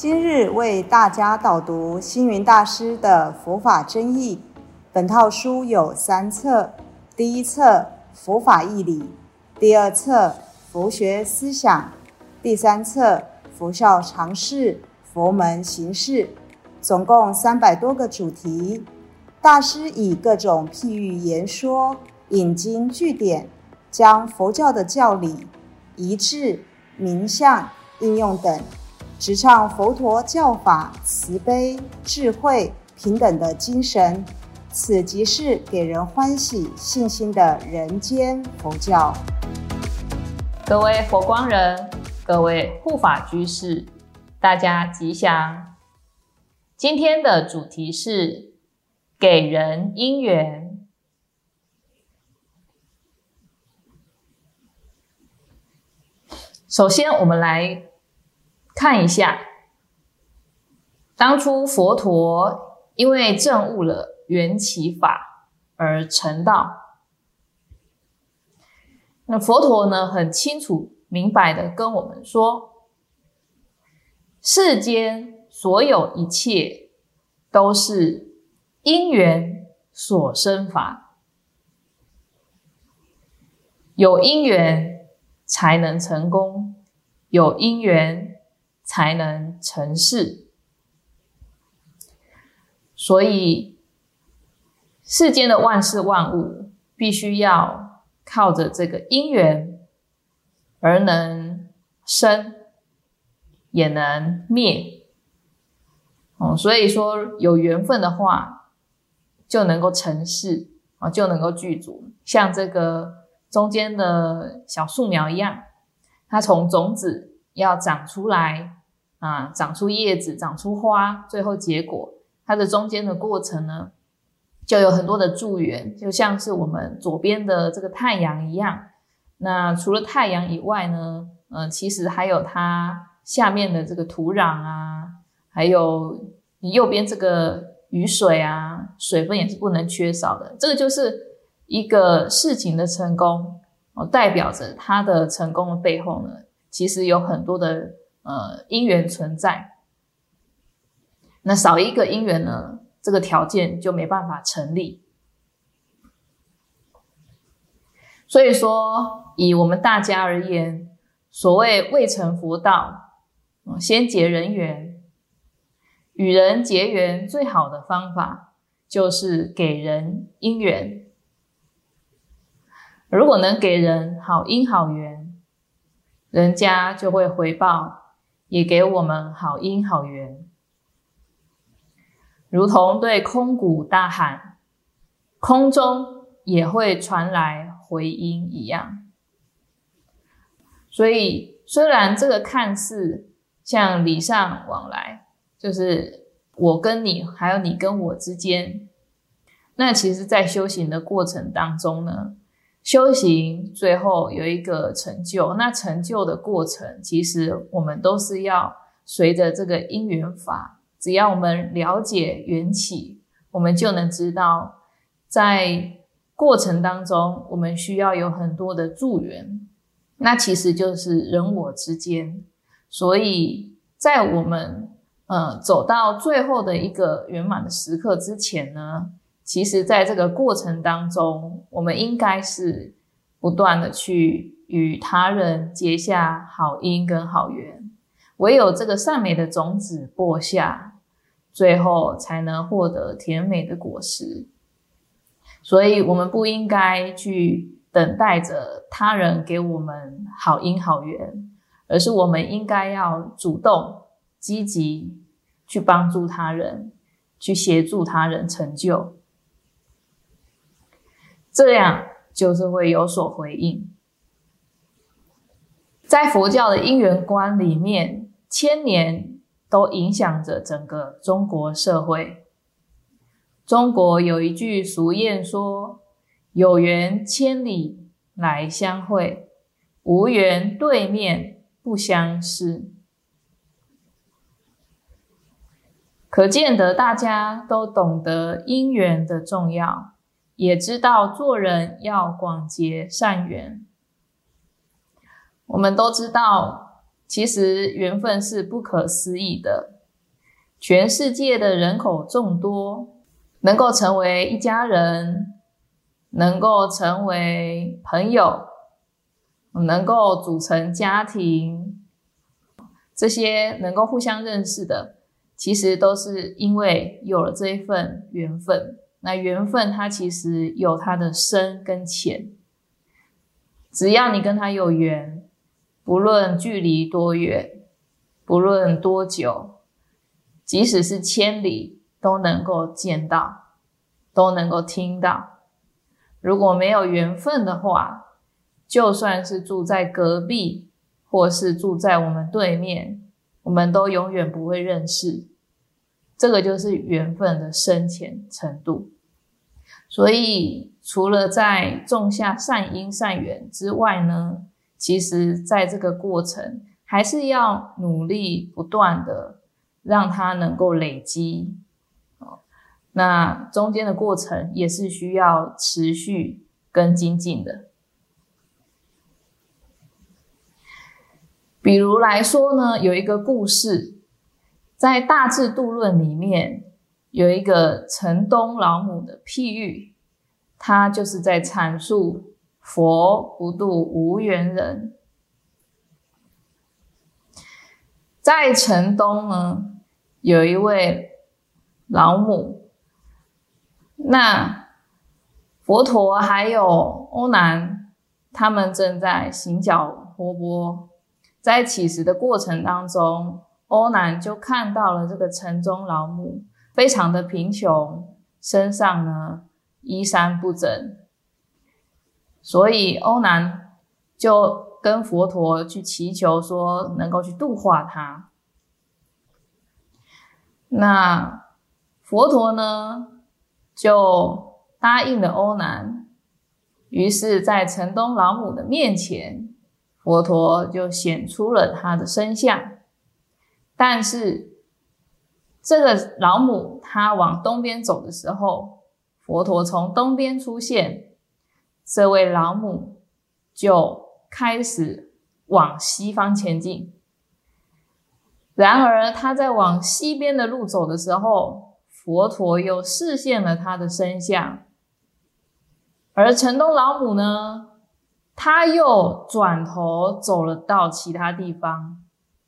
今日为大家导读星云大师的佛法真义。本套书有3册，第一册佛法义理，第二册佛学思想，第3册佛教常识、佛门行事，总共300多个主题。大师以各种譬喻言说，引经据典，将佛教的教理、仪制、名相、应用等，直唱佛陀教法慈悲、智慧、平等的精神，此即是给人欢喜信心的人间佛教。 各位佛光人，各位护法居士，大家吉祥。今天的主题是给人因缘。首先我们来看一下，当初佛陀因为证悟了缘起法而成道。那佛陀呢，很清楚明白的跟我们说，世间所有一切都是因缘所生法，有因缘才能成功，有因缘才能成事。所以世间的万事万物必须要靠着这个因缘而能生也能灭。所以说有缘分的话就能够成事，就能够具足。像这个中间的小树苗一样，它从种子要长出来，长出叶子，长出花，最后结果，它的中间的过程呢，就有很多的助缘，就像是我们左边的这个太阳一样。那除了太阳以外呢，其实还有它下面的这个土壤啊，还有你右边这个雨水啊，水分也是不能缺少的。这个就是一个事情的成功，代表着它的成功的背后呢，其实有很多的因缘存在。那少一个因缘呢，这个条件就没办法成立。所以说以我们大家而言，所谓未成佛道，先结人缘。与人结缘最好的方法就是给人因缘。如果能给人好因好缘，人家就会回报，也给我们好因好缘。如同对空谷大喊，空中也会传来回音一样。所以虽然这个看似像礼尚往来，就是我跟你还有你跟我之间，那其实在修行的过程当中呢，修行最后有一个成就，那成就的过程其实我们都是要随着这个因缘法，只要我们了解缘起，我们就能知道在过程当中我们需要有很多的助缘，那其实就是人我之间。所以在我们走到最后的一个圆满的时刻之前呢，其实在这个过程当中，我们应该是不断的去与他人结下好因跟好缘，唯有这个善美的种子播下，最后才能获得甜美的果实。所以我们不应该去等待着他人给我们好因好缘，而是我们应该要主动积极去帮助他人，去协助他人成就，这样就是会有所回应。在佛教的因缘观里面，1000年都影响着整个中国社会。中国有一句俗谚说，有缘千里来相会，无缘对面不相识。可见得大家都懂得因缘的重要，也知道做人要广结善缘。我们都知道，其实缘分是不可思议的， 全世界的人口众多，能够成为一家人，能够成为朋友，能够组成家庭，这些能够互相认识的，其实都是因为有了这一份缘分。那缘分它其实有它的深跟浅，只要你跟他有缘，不论距离多远，不论多久，即使是千里，都能够见到，都能够听到。如果没有缘分的话，就算是住在隔壁，或是住在我们对面，我们都永远不会认识。这个就是缘分的深浅程度。所以除了在种下善因善缘之外呢，其实在这个过程还是要努力不断的让它能够累积。那中间的过程也是需要持续跟精进的。比如来说呢，有一个故事，在《大智度论》里面有一个城东老母的譬喻，他就是在阐述佛不度无缘人。在城东呢，有一位老母，那佛陀还有欧南，他们正在行脚活钵。在乞食的过程当中，欧南就看到了这个城中老母非常的贫穷，身上呢衣衫不整，所以欧南就跟佛陀去祈求说能够去度化他。那佛陀呢就答应了欧南，于是在城东老母的面前，佛陀就显出了他的身相。但是这个老母她往东边走的时候，佛陀从东边出现，这位老母就开始往西方前进。然而他在往西边的路走的时候，佛陀又示现了他的身相。而城东老母呢，他又转头走了到其他地方。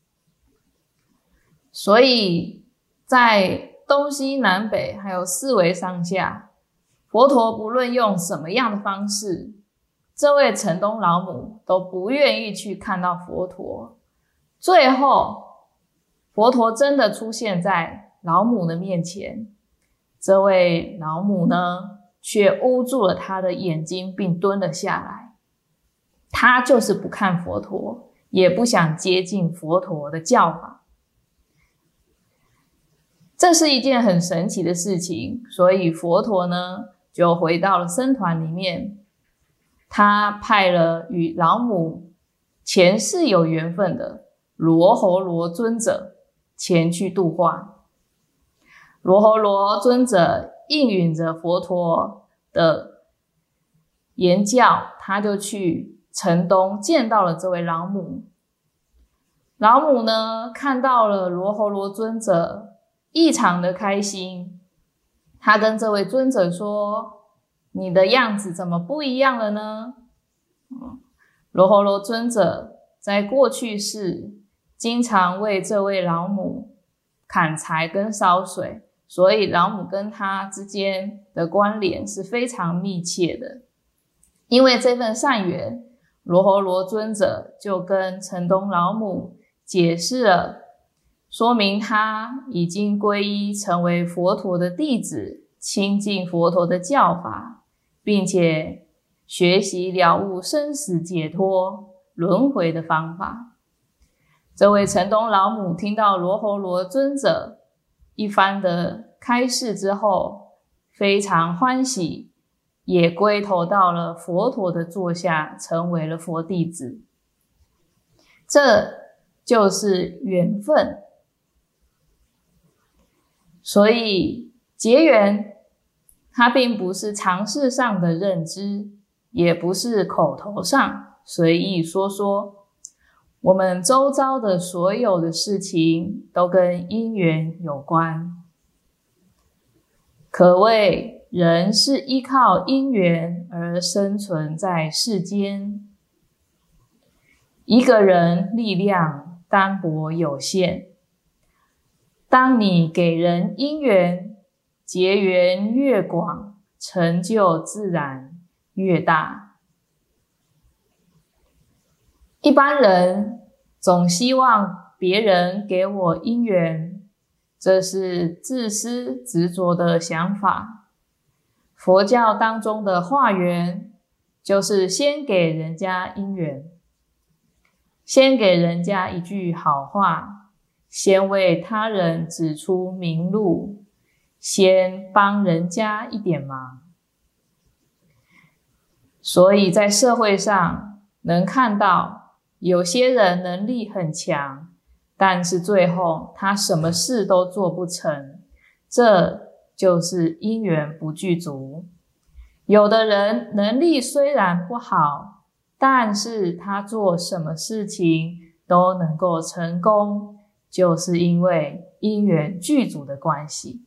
所以在东西南北还有四维上下，佛陀不论用什么样的方式，这位城东老母都不愿意去看到佛陀。最后佛陀真的出现在老母的面前，这位老母呢却捂住了他的眼睛并蹲了下来。他就是不看佛陀，也不想接近佛陀的教法。这是一件很神奇的事情，所以佛陀呢就回到了僧团里面，他派了与老母前世有缘分的罗睺罗尊者前去度化。罗睺罗尊者应允着佛陀的言教，他就去城东见到了这位老母。老母呢看到了罗睺罗尊者异常的开心，他跟这位尊者说，你的样子怎么不一样了呢？罗睺罗尊者在过去世经常为这位老母砍柴跟烧水，所以老母跟他之间的关联是非常密切的。因为这份善缘，罗睺罗尊者就跟城东老母解释了，说明他已经皈依成为佛陀的弟子，亲近佛陀的教法，并且学习了悟生死解脱轮回的方法。这位城东老母听到罗睺罗尊者一番的开示之后，非常欢喜，也归投到了佛陀的座下，成为了佛弟子。这就是缘分。所以结缘它并不是常识上的认知，也不是口头上随意说说。 我们周遭的所有的事情都跟因缘有关，可谓人是依靠因缘而生存在世间。一个人力量单薄有限，当你给人因缘，结缘越广，成就自然越大。一般人总希望别人给我因缘，这是自私执着的想法。佛教当中的化缘，就是先给人家因缘，先给人家一句好话，先为他人指出明路，先帮人家一点忙。所以在社会上能看到有些人能力很强，但是最后他什么事都做不成，这就是因缘不具足。有的人能力虽然不好，但是他做什么事情都能够成功，就是因为因缘具足的关系。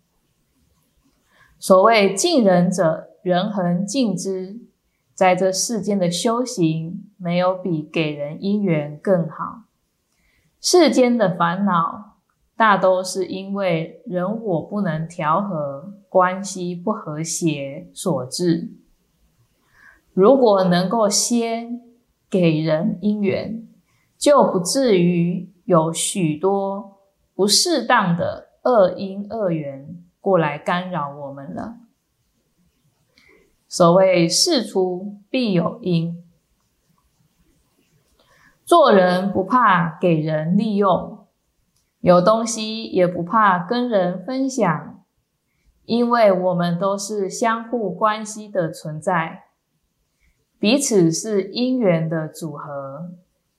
所谓敬人者，人恒敬之。在这世间的修行，没有比给人因缘更好。世间的烦恼，大都是因为人我不能调和，关系不和谐所致。如果能够先给人因缘，就不至于有许多不适当的恶因恶缘过来干扰我们了。所谓事出必有因，做人不怕给人利用，有东西也不怕跟人分享，因为我们都是相互关系的存在，彼此是因缘的组合。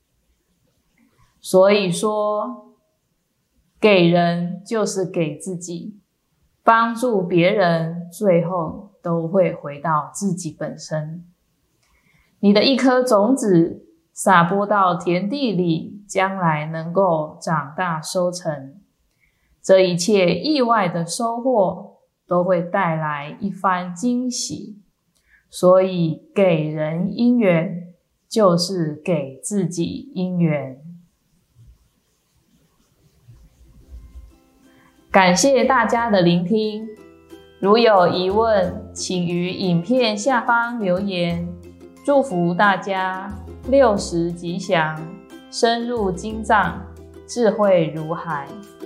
所以说，给人就是给自己，帮助别人，最后都会回到自己本身。你的一颗种子撒播到田地里，将来能够长大收成。这一切意外的收获都会带来一番惊喜。所以给人因缘，就是给自己因缘。感谢大家的聆听。如有疑问，请于影片下方留言。祝福大家60吉祥，深入经藏，智慧如海。